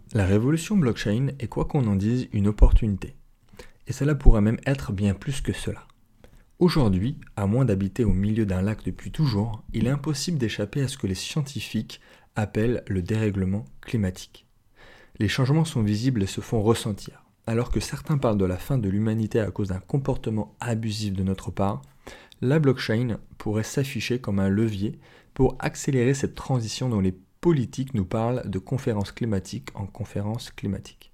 La révolution blockchain est, quoi qu'on en dise, une opportunité. Et cela pourrait même être bien plus que cela. Aujourd'hui, à moins d'habiter au milieu d'un lac depuis toujours, il est impossible d'échapper à ce que les scientifiques appellent le dérèglement climatique. Les changements sont visibles et se font ressentir. Alors que certains parlent de la fin de l'humanité à cause d'un comportement abusif de notre part, la blockchain pourrait s'afficher comme un levier pour accélérer cette transition dont les politiques nous parlent de conférences climatiques en conférences climatiques.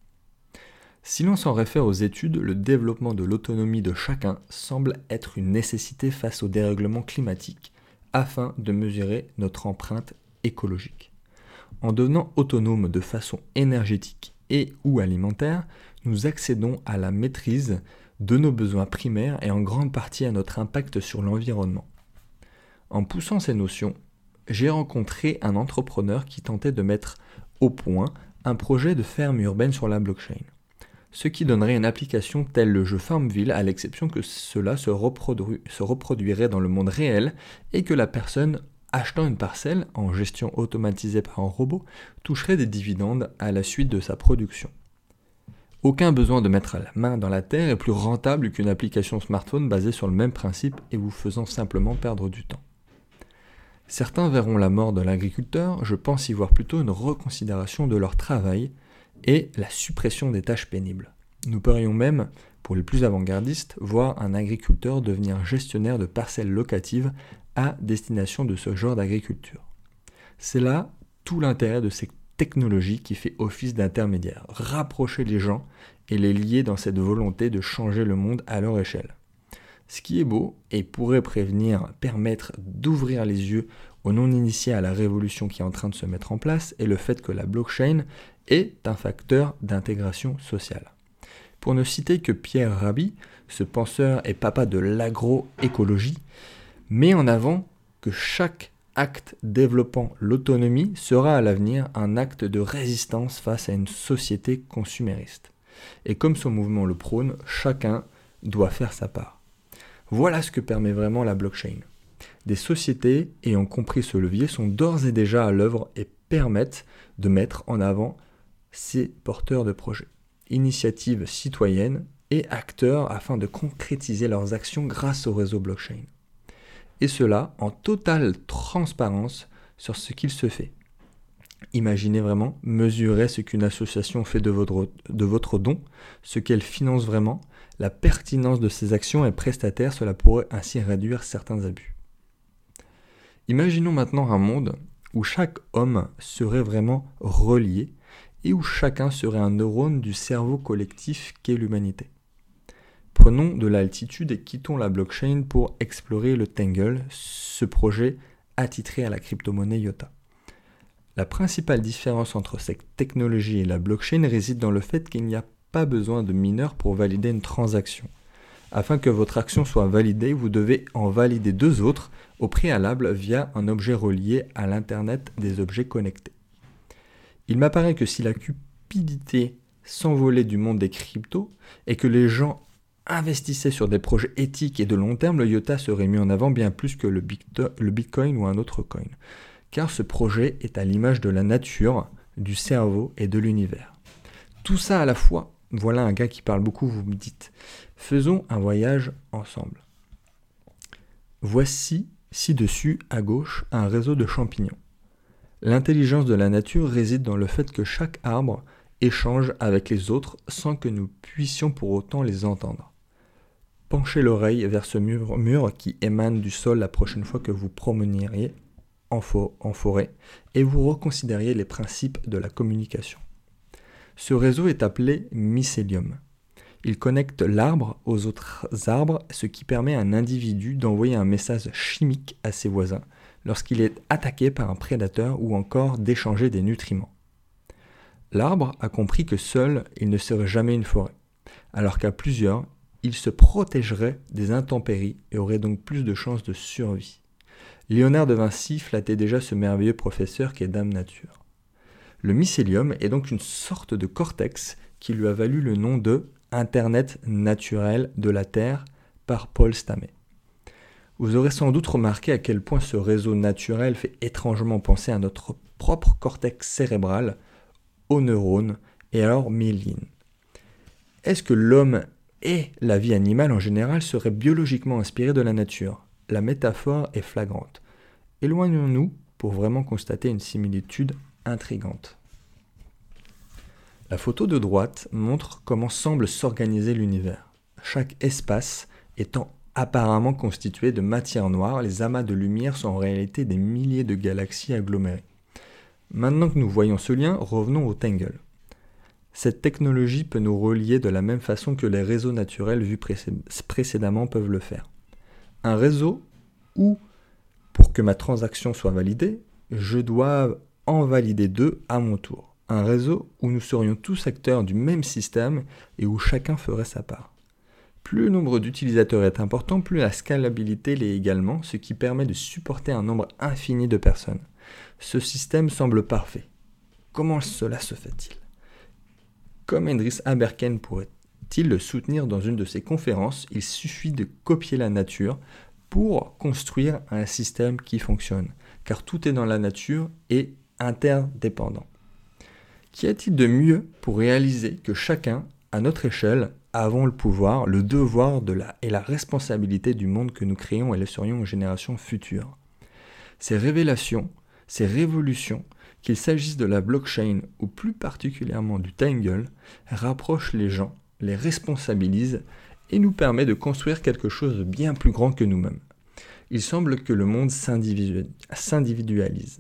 Si l'on s'en réfère aux études, le développement de l'autonomie de chacun semble être une nécessité face au dérèglement climatique afin de mesurer notre empreinte écologique. En devenant autonome de façon énergétique et ou alimentaire, nous accédons à la maîtrise de nos besoins primaires et en grande partie à notre impact sur l'environnement. En poussant ces notions, j'ai rencontré un entrepreneur qui tentait de mettre au point un projet de ferme urbaine sur la blockchain, ce qui donnerait une application telle le jeu Farmville à l'exception que cela se reproduirait dans le monde réel et que la personne achetant une parcelle en gestion automatisée par un robot toucherait des dividendes à la suite de sa production. Aucun besoin de mettre la main dans la terre est plus rentable qu'une application smartphone basée sur le même principe et vous faisant simplement perdre du temps. Certains verront la mort de l'agriculteur, je pense y voir plutôt une reconsidération de leur travail et la suppression des tâches pénibles. Nous pourrions même, pour les plus avant-gardistes, voir un agriculteur devenir gestionnaire de parcelles locatives à destination de ce genre d'agriculture. C'est là tout l'intérêt de ces technologies qui fait office d'intermédiaire, rapprocher les gens et les lier dans cette volonté de changer le monde à leur échelle. Ce qui est beau et pourrait permettre d'ouvrir les yeux aux non-initiés à la révolution qui est en train de se mettre en place est le fait que la blockchain est un facteur d'intégration sociale. Pour ne citer que Pierre Rabhi, ce penseur et papa de l'agroécologie, met en avant que chaque acte développant l'autonomie sera à l'avenir un acte de résistance face à une société consumériste. Et comme son mouvement le prône, chacun doit faire sa part. Voilà ce que permet vraiment la blockchain. Des sociétés ayant compris ce levier sont d'ores et déjà à l'œuvre et permettent de mettre en avant ces porteurs de projets, initiatives citoyennes et acteurs afin de concrétiser leurs actions grâce au réseau blockchain. Et cela en totale transparence sur ce qu'il se fait. Imaginez vraiment, mesurez ce qu'une association fait de votre don, ce qu'elle finance vraiment, la pertinence de ses actions et prestataires, cela pourrait ainsi réduire certains abus. Imaginons maintenant un monde où chaque homme serait vraiment relié et où chacun serait un neurone du cerveau collectif qu'est l'humanité. Prenons de l'altitude et quittons la blockchain pour explorer le Tangle, ce projet attitré à la crypto-monnaie IOTA. La principale différence entre cette technologie et la blockchain réside dans le fait qu'il n'y a pas besoin de mineurs pour valider une transaction. Afin que votre action soit validée, vous devez en valider deux autres au préalable via un objet relié à l'Internet des objets connectés. Il m'apparaît que si la cupidité s'envolait du monde des cryptos et que les gens investissaient sur des projets éthiques et de long terme, le IOTA serait mis en avant bien plus que le Bitcoin ou un autre coin. Car ce projet est à l'image de la nature, du cerveau et de l'univers. Tout ça à la fois, voilà un gars qui parle beaucoup, vous me dites, faisons un voyage ensemble. Voici, ci-dessus, à gauche, un réseau de champignons. L'intelligence de la nature réside dans le fait que chaque arbre échange avec les autres sans que nous puissions pour autant les entendre. Penchez l'oreille vers ce murmure qui émane du sol la prochaine fois que vous promeneriez en forêt et vous reconsidériez les principes de la communication. Ce réseau est appelé mycélium. Il connecte l'arbre aux autres arbres, ce qui permet à un individu d'envoyer un message chimique à ses voisins lorsqu'il est attaqué par un prédateur ou encore d'échanger des nutriments. L'arbre a compris que seul, il ne serait jamais une forêt, alors qu'à plusieurs, il se protégerait des intempéries et aurait donc plus de chances de survie. Léonard de Vinci flattait déjà ce merveilleux professeur qui est Dame Nature. Le mycélium est donc une sorte de cortex qui lui a valu le nom de Internet naturel de la Terre par Paul Stamets. Vous aurez sans doute remarqué à quel point ce réseau naturel fait étrangement penser à notre propre cortex cérébral aux neurones et à leur myéline. Est-ce que l'homme et la vie animale en général seraient biologiquement inspirés de la nature ? La métaphore est flagrante. Éloignons-nous pour vraiment constater une similitude intrigante. La photo de droite montre comment semble s'organiser l'univers. Chaque espace étant apparemment constitué de matière noire, les amas de lumière sont en réalité des milliers de galaxies agglomérées. Maintenant que nous voyons ce lien, revenons au Tangle. Cette technologie peut nous relier de la même façon que les réseaux naturels vus précédemment peuvent le faire. Un réseau où, pour que ma transaction soit validée, je dois en valider 2 à mon tour. Un réseau où nous serions tous acteurs du même système et où chacun ferait sa part. Plus le nombre d'utilisateurs est important, plus la scalabilité l'est également, ce qui permet de supporter un nombre infini de personnes. Ce système semble parfait. Comment cela se fait-il ? Comme Idriss Aberken pourrait-il le soutenir dans une de ses conférences, il suffit de copier la nature pour construire un système qui fonctionne, car tout est dans la nature et interdépendant. Qu'y a-t-il de mieux pour réaliser que chacun, à notre échelle, avons le pouvoir, le devoir et la responsabilité du monde que nous créons et laisserions aux générations futures. Ces révélations, ces révolutions, qu'il s'agisse de la blockchain ou plus particulièrement du Tangle, rapprochent les gens, les responsabilisent et nous permet de construire quelque chose de bien plus grand que nous-mêmes. Il semble que le monde s'individualise.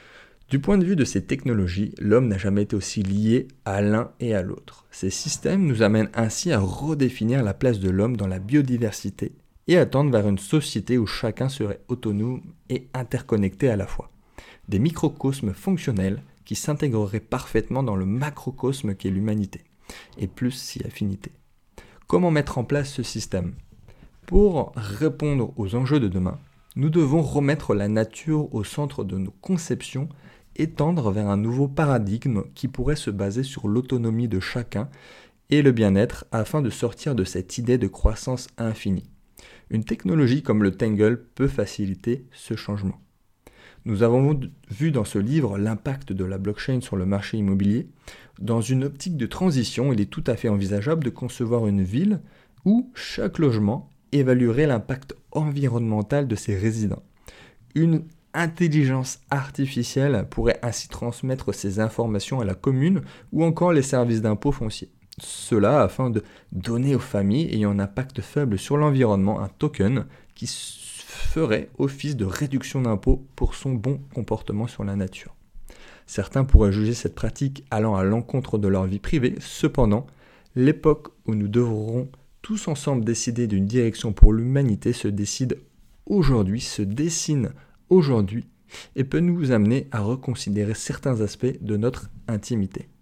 Du point de vue de ces technologies, l'homme n'a jamais été aussi lié à l'un et à l'autre. Ces systèmes nous amènent ainsi à redéfinir la place de l'homme dans la biodiversité et à tendre vers une société où chacun serait autonome et interconnecté à la fois. Des microcosmes fonctionnels qui s'intégreraient parfaitement dans le macrocosme qu'est l'humanité, et plus si affinité. Comment mettre en place ce système ? Pour répondre aux enjeux de demain, nous devons remettre la nature au centre de nos conceptions et tendre vers un nouveau paradigme qui pourrait se baser sur l'autonomie de chacun et le bien-être afin de sortir de cette idée de croissance infinie. Une technologie comme le Tangle peut faciliter ce changement. Nous avons vu dans ce livre l'impact de la blockchain sur le marché immobilier. Dans une optique de transition, il est tout à fait envisageable de concevoir une ville où chaque logement évaluerait l'impact environnemental de ses résidents. Une intelligence artificielle pourrait ainsi transmettre ces informations à la commune ou encore les services d'impôts fonciers. Cela afin de donner aux familles ayant un impact faible sur l'environnement un token qui ferait office de réduction d'impôts pour son bon comportement sur la nature. Certains pourraient juger cette pratique allant à l'encontre de leur vie privée, cependant, l'époque où nous devrons tous ensemble décider d'une direction pour l'humanité se dessine aujourd'hui et peut nous amener à reconsidérer certains aspects de notre intimité.